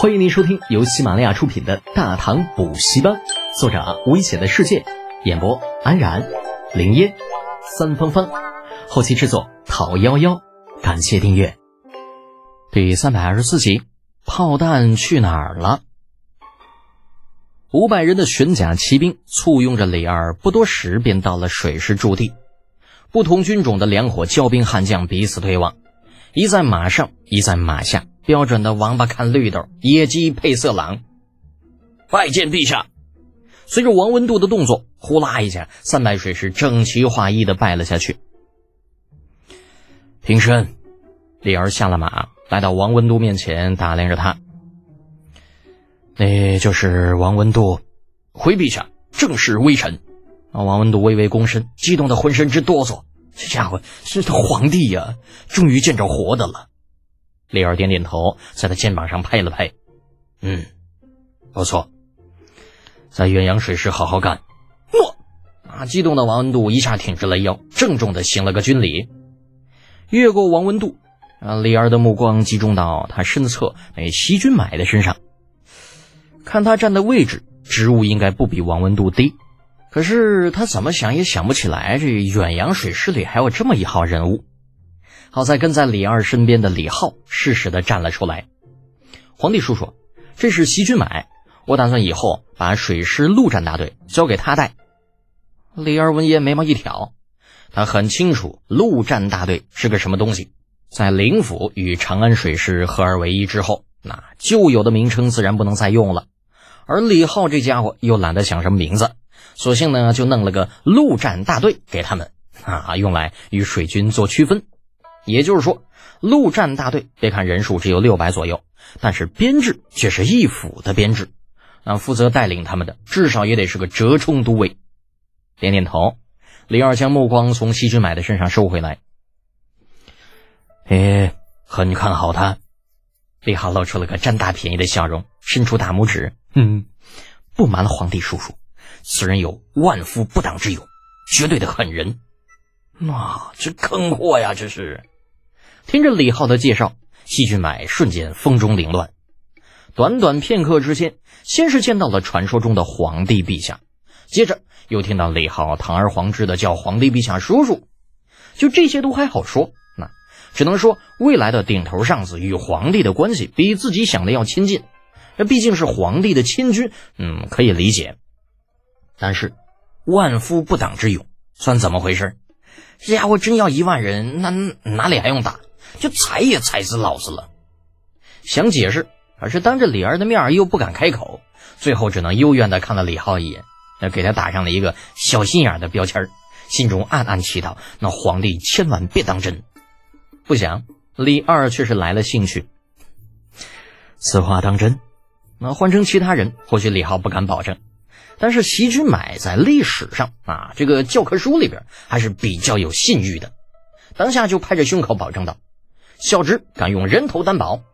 欢迎您收听由喜马拉雅出品的《大唐补习班》，作者危险的世界，演播安然、林烟、三芳芳，后期制作陶夭夭。感谢订阅。第324集，炮弹去哪儿了？500人的玄甲骑兵簇拥着李二，不多时便到了水师驻地。不同军种的2伙骄兵悍将彼此对望，一在马上，一在马下，标准的王八看绿豆，野鸡配色狼。拜见陛下！随着王文度的动作，呼啦一下，300水师整齐划一地拜了下去。平身！李儿下了马，来到王文度面前，打量着他。那就是王文度。回陛下，正是微臣。王文度微微躬身，激动得浑身直哆嗦。这家伙是皇帝呀，终于见着活的了。李儿点点头，在他肩膀上拍了拍。不错，在远洋水师好好干。激动的王文度一下挺直了腰，郑重地行了个军礼。越过王文度，李儿的目光集中到他身侧西军买的身上。看他站的位置，职务应该不比王文度低，可是他怎么想也想不起来，这远洋水师里还有这么一号人物。好在跟在李二身边的李浩适时地站了出来。皇帝叔叔，这是西军买，我打算以后把水师陆战大队交给他带。李二闻言眉毛一挑，他很清楚陆战大队是个什么东西。在灵府与长安水师合二为一之后，那旧有的名称自然不能再用了。而李浩这家伙又懒得想什么名字，索性呢就弄了个陆战大队给他们，用来与水军做区分。也就是说，陆战大队别看人数只有600左右，但是编制却是一府的编制。负责带领他们的至少也得是个折冲都尉。点点头，李二将目光从西军买的身上收回来。很看好他。李浩露出了个占大便宜的笑容，伸出大拇指。不瞒了皇帝叔叔，此人有万夫不挡之勇，绝对的狠人。这坑货呀，这是。听着李浩的介绍，西军买瞬间风中凌乱。短短片刻之间，先是见到了传说中的皇帝陛下，接着又听到李浩堂而皇之的叫皇帝陛下叔叔。就这些都还好说，只能说未来的顶头上司与皇帝的关系比自己想的要亲近，毕竟是皇帝的亲军，可以理解。但是万夫不挡之勇算怎么回事？这家伙真要1万人，那哪里还用打，就踩也踩死老子了。想解释，可是当着李儿的面又不敢开口，最后只能幽怨地看了李浩一眼，给他打上了一个小心眼的标签，心中暗暗祈祷那皇帝千万别当真。不想李二却是来了兴趣。此话当真？换成其他人，或许李浩不敢保证，但是西军买在历史上这个教科书里边还是比较有信誉的。当下就拍着胸口保证道：小侄敢用人头担保。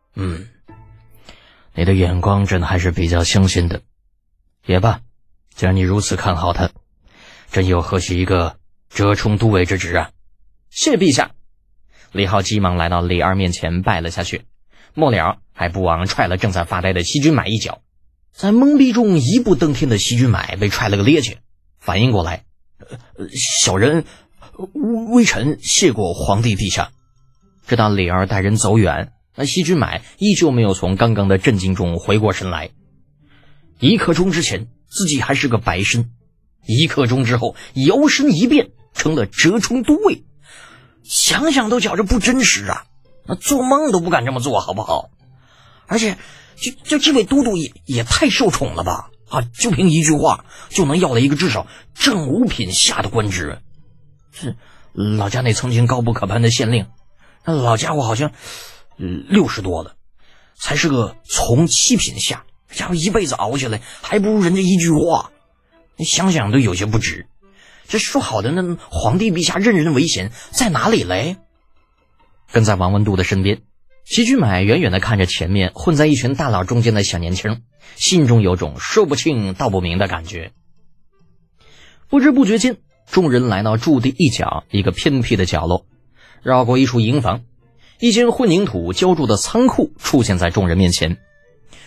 你的眼光真还是比较相信的。也罢，既然你如此看好他，真有何许一个折冲都尉之职啊。谢陛下。李浩急忙来到李二面前拜了下去，末了还不忘踹了正在发呆的西军买一脚。在懵逼中一步登天的西军买被踹了个趔趄，反应过来，小人微臣谢过皇帝陛下。直到李二带人走远，西军买依旧没有从刚刚的震惊中回过神来。1刻钟之前自己还是个白身，1刻钟之后摇身一变成了折冲都尉，想想都觉着不真实啊！做梦都不敢这么做，好不好？而且这位都督也太受宠了吧！就凭一句话就能要了一个至少正5品下的官职。是老家那曾经高不可攀的县令，那老家伙好像60多了，才是个从7品下，家伙一辈子熬下来，还不如人家一句话。想想都有些不值。这说好的那皇帝陛下任人唯贤在哪里嘞？跟在王文度的身边，西军买远远地看着前面混在一群大佬中间的小年轻，心中有种说不清道不明的感觉。不知不觉间，众人来到驻地一角一个偏僻的角落，绕过一处营房，一间混凝土浇筑的仓库出现在众人面前。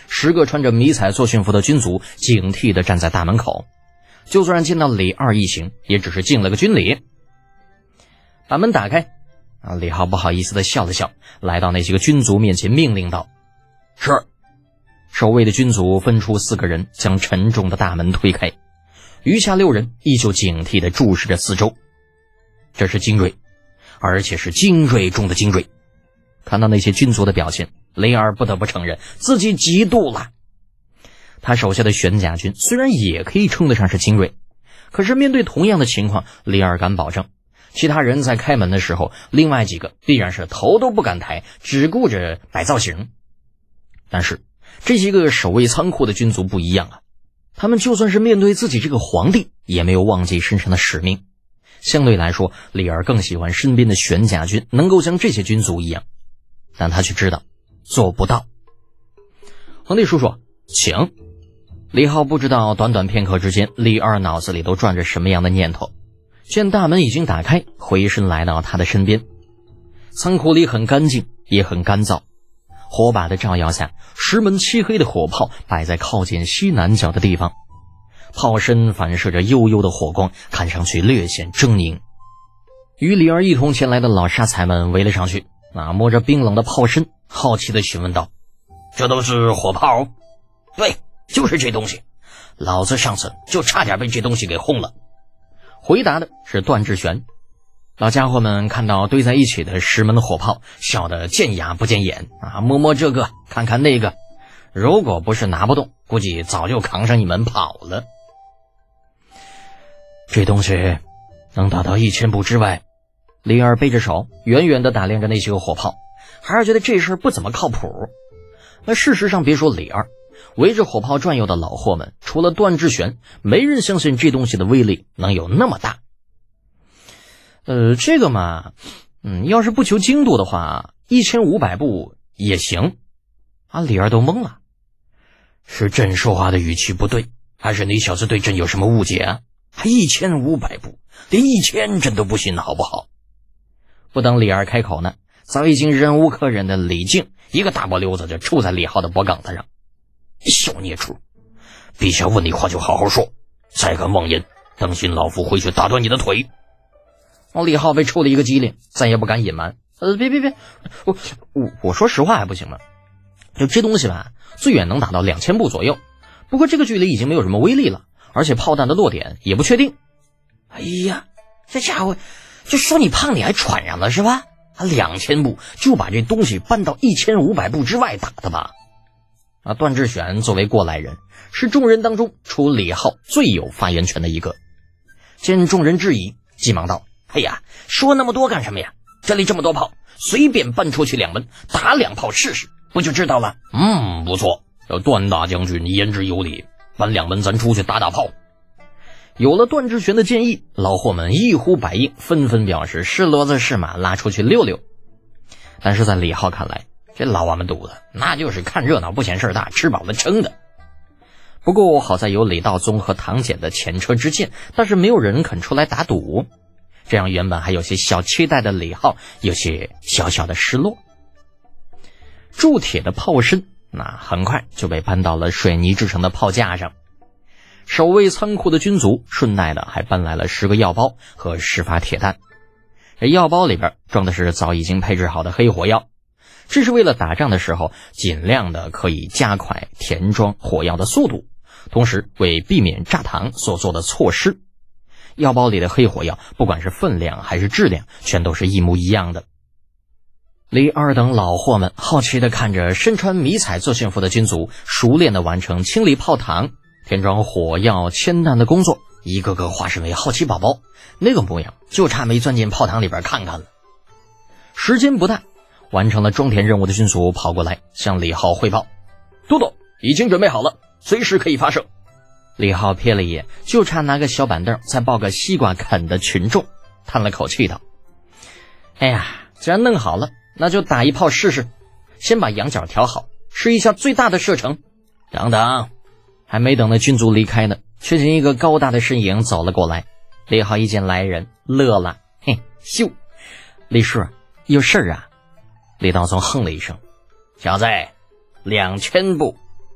10个穿着迷彩作训服的军卒警惕地站在大门口，就算见到李二一行，也只是敬了个军礼。把门打开，李浩不好意思地笑了笑，来到那些个军卒面前命令道：“是。”守卫的军卒分出4个人，将沉重的大门推开，余下6人依旧警惕地注视着四周。这是精锐，而且是精锐中的精锐。看到那些军卒的表现，雷尔不得不承认自己嫉妒了。他手下的玄甲军虽然也可以称得上是精锐，可是面对同样的情况，雷尔敢保证其他人在开门的时候，另外几个必然是头都不敢抬，只顾着摆造型。但是这些个守卫仓库的军卒不一样啊，他们就算是面对自己这个皇帝，也没有忘记身上的使命。相对来说，李尔更喜欢身边的玄甲军能够像这些军卒一样，但他却知道做不到。皇帝叔叔，请。李浩不知道短短片刻之间，李二脑子里都转着什么样的念头。见大门已经打开，回身来到他的身边。仓库里很干净，也很干燥。火把的照耀下，10门漆黑的火炮摆在靠近西南角的地方，炮身反射着幽幽的火光，看上去略显狰狞。与李儿一同前来的老沙才们围了上去，摸着冰冷的炮身，好奇地询问道：“这都是火炮？”“对，就是这东西，老子上次就差点被这东西给轰了。”回答的是段志玄。老家伙们看到堆在一起的10门火炮，笑得见牙不见眼摸摸这个看看那个，如果不是拿不动，估计早就扛上一门跑了。这东西能打到1000步之外。李二背着手远远地打量着那些个火炮，还是觉得这事不怎么靠谱。那事实上别说李二，围着火炮转悠的老货们，除了段志玄，没人相信这东西的威力能有那么大。这个嘛，要是不求精度的话，1500步也行。李二都懵了，是朕说话的语气不对，还是你小子对朕有什么误解啊？还1500步，连1000朕都不信了好不好？不等李二开口呢，早已经忍无可忍的李靖一个大波溜子就杵在李浩的脖梗子上。小孽畜，陛下问你话就好好说，再敢妄言，当心老夫回去打断你的腿。李浩被抽了一个机灵，再也不敢隐瞒。别，我说实话还不行吗？就这东西吧，最远能打到2000步左右，不过这个距离已经没有什么威力了，而且炮弹的落点也不确定。哎呀，这家伙就说你胖你还喘上了是吧？2000步就把这东西搬到1500步之外打的吧？段志玄作为过来人，是众人当中除李浩最有发言权的一个。见众人质疑，急忙道：“哎呀，说那么多干什么呀？这里这么多炮，随便搬出去2门，打2炮试试，不就知道了？”“不错，段大将军言之有理，搬2门咱出去打炮。”有了段志玄的建议，老货们一呼百应，纷纷表示是骡子是马，拉出去溜溜。但是在李浩看来，这老王们肚子那就是看热闹不嫌事大，吃饱了撑的。不过好在有李道宗和唐简的前车之鉴，但是没有人肯出来打赌，这样原本还有些小期待的李浩有些小小的失落。铸铁的炮身很快就被搬到了水泥制成的炮架上。守卫仓库的军卒顺带的还搬来了10个药包和10发铁弹。这药包里边装的是早已经配置好的黑火药，这是为了打仗的时候尽量的可以加快填装火药的速度，同时为避免炸膛所做的措施。药包里的黑火药不管是分量还是质量，全都是一模一样的。李二等老货们好奇地看着身穿迷彩作训服的军卒熟练地完成清理炮膛、填装火药、铅弹的工作，一个个化身为好奇宝宝，那个模样就差没钻进炮膛里边看看了。时间不大，完成了装填任务的军卒跑过来向李浩汇报：“都督，已经准备好了，随时可以发射。”李浩瞥了一眼，就差拿个小板凳再抱个西瓜啃的群众，叹了口气道：“哎呀，既然弄好了，那就打一炮试试，先把仰角调好，试一下最大的射程。”“等等！”还没等那军卒离开呢，却见一个高大的身影走了过来。李浩一见来人，乐了：“嘿，咻！李叔，有事儿啊？”李道宗哼了一声：“小子，2000步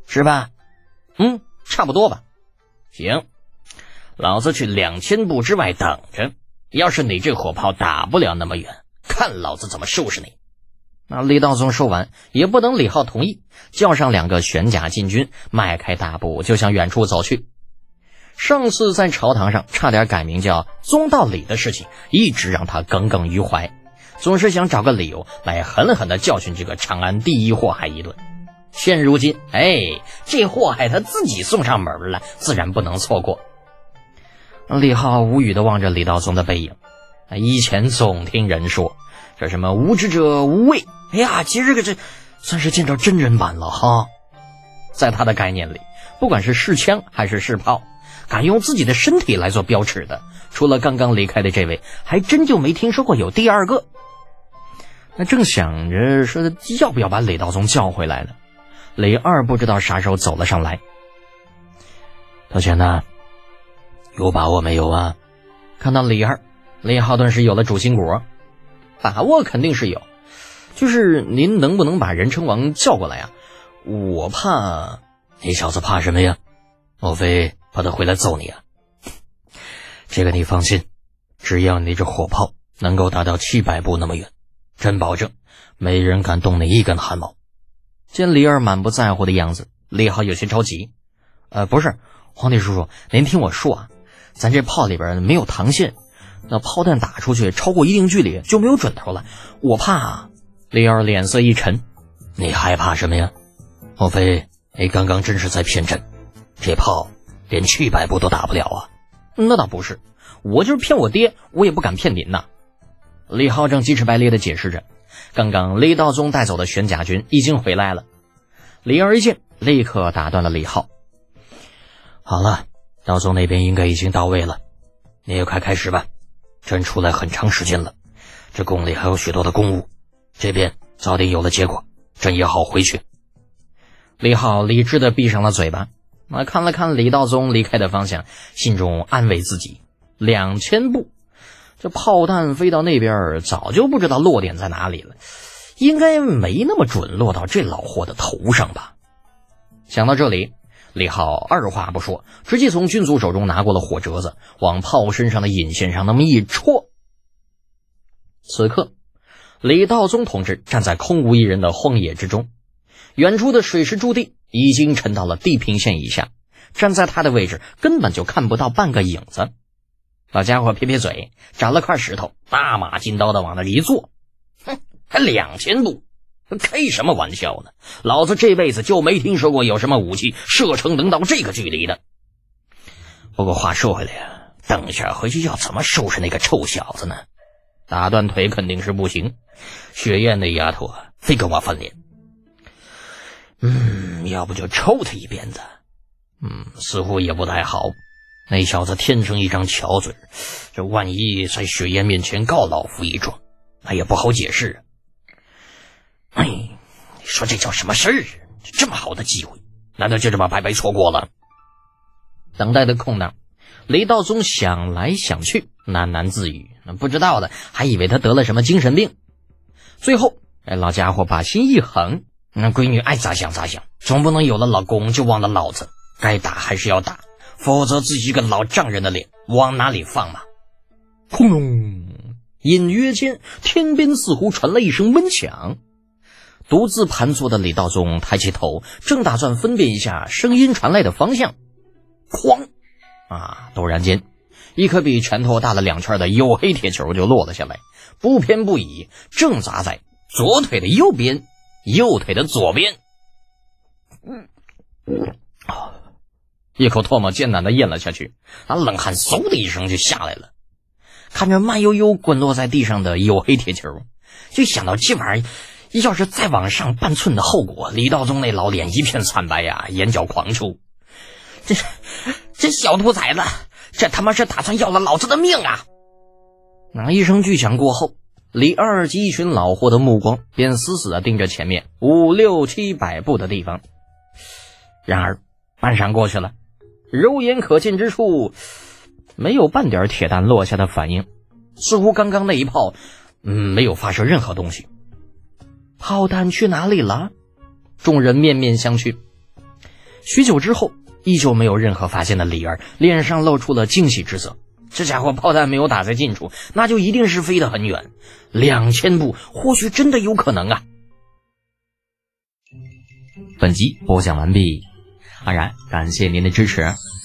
是吧？差不多吧。行，老子去2000步之外等着，要是你这火炮打不了那么远，看老子怎么收拾你。那李道宗说完，也不等李浩同意，叫上2个玄甲禁军，迈开大步就向远处走去。上次在朝堂上差点改名叫宗道理的事情，一直让他耿耿于怀，总是想找个理由来狠狠地教训这个长安第一祸害一顿。现如今这祸害他自己送上门了，自然不能错过。李浩无语地望着李道宗的背影，以前总听人说这什么无知者无畏，今儿这算是见着真人版了哈。在他的概念里，不管是试枪还是试炮，敢用自己的身体来做标尺的，除了刚刚离开的这位，还真就没听说过有第二个。那正想着说要不要把李道宗叫回来呢，李二不知道啥时候走了上来。道贤呢？有把握没有啊？看到李二，李浩顿时有了主心骨。把握肯定是有，就是您能不能把任称王叫过来啊？我怕。你小子怕什么呀？莫非怕他回来揍你啊？这个你放心，只要你这火炮能够达到700步那么远，真保证没人敢动你一根汗毛。见李二满不在乎的样子，李浩有些着急。不是，皇帝叔叔，您听我说啊，咱这炮里边没有膛线，那炮弹打出去超过一定距离就没有准头了，我怕啊。李二脸色一沉，你害怕什么呀？莫非你刚刚真是在骗朕？这炮连700步都打不了啊？那倒不是，我就是骗我爹，我也不敢骗您呐。李浩正鸡翅白咧地解释着，刚刚李道宗带走的玄甲军已经回来了。李二一见，立刻打断了李浩。好了，道宗那边应该已经到位了，你也快开始吧。朕出来很长时间了，这宫里还有许多的公务，这边早点有了结果，朕也好回去。李浩理智地闭上了嘴巴，看了看李道宗离开的方向，心中安慰自己，2000步，这炮弹飞到那边早就不知道落点在哪里了，应该没那么准落到这老货的头上吧。想到这里，李浩二话不说，直接从军卒手中拿过了火折子，往炮身上的引线上那么一戳。此刻李道宗同志站在空无一人的荒野之中，远处的水石驻地已经沉到了地平线以下，站在他的位置根本就看不到半个影子。老家伙撇撇嘴，找了块石头，大马金刀的往那一坐。还2000步，开什么玩笑呢？老子这辈子就没听说过有什么武器射程能到这个距离的。不过话说回来啊，等下回去要怎么收拾那个臭小子呢？打断腿肯定是不行，雪雁那丫头非跟我翻脸。要不就抽他一鞭子。似乎也不太好。那小子天生一张巧嘴，这万一在雪雁面前告老夫一状，那也不好解释啊。你说这叫什么事儿？这么好的机会，难道就这么白白错过了？等待的空档，李道宗想来想去，喃喃自语，不知道的还以为他得了什么精神病。最后老家伙把心一横，那闺女爱咋想咋想，总不能有了老公就忘了老子，该打还是要打，否则自己一个老丈人的脸往哪里放嘛。轰隆，隐约间天边似乎传来一声闷响。独自盘坐的李道宗抬起头，正打算分辨一下声音传来的方向，哐突然间一颗比拳头大了2圈的黝黑铁球就落了下来，不偏不倚，正砸在左腿的右边，右腿的左边。一口唾沫艰难地咽了下去，冷汗嗖的一声就下来了。看着慢悠悠滚落在地上的黝黑铁球，就想到这玩意儿要是再往上半寸的后果，李道宗那老脸一片惨白呀，眼角狂出。这小兔崽子，这他妈是打算要了老子的命啊！那一声巨响过后，李二及一群老货的目光便死死地盯着前面5、6、700步的地方。然而半晌过去了，肉眼可见之处没有半点铁弹落下的反应，似乎刚刚那一炮没有发射任何东西。炮弹去哪里了？众人面面相觑。 许久之后，依旧没有任何发现的李儿脸上露出了惊喜之色。这家伙炮弹没有打在近处，那就一定是飞得很远，2000步或许真的有可能啊。 本集播讲完毕，安然感谢您的支持。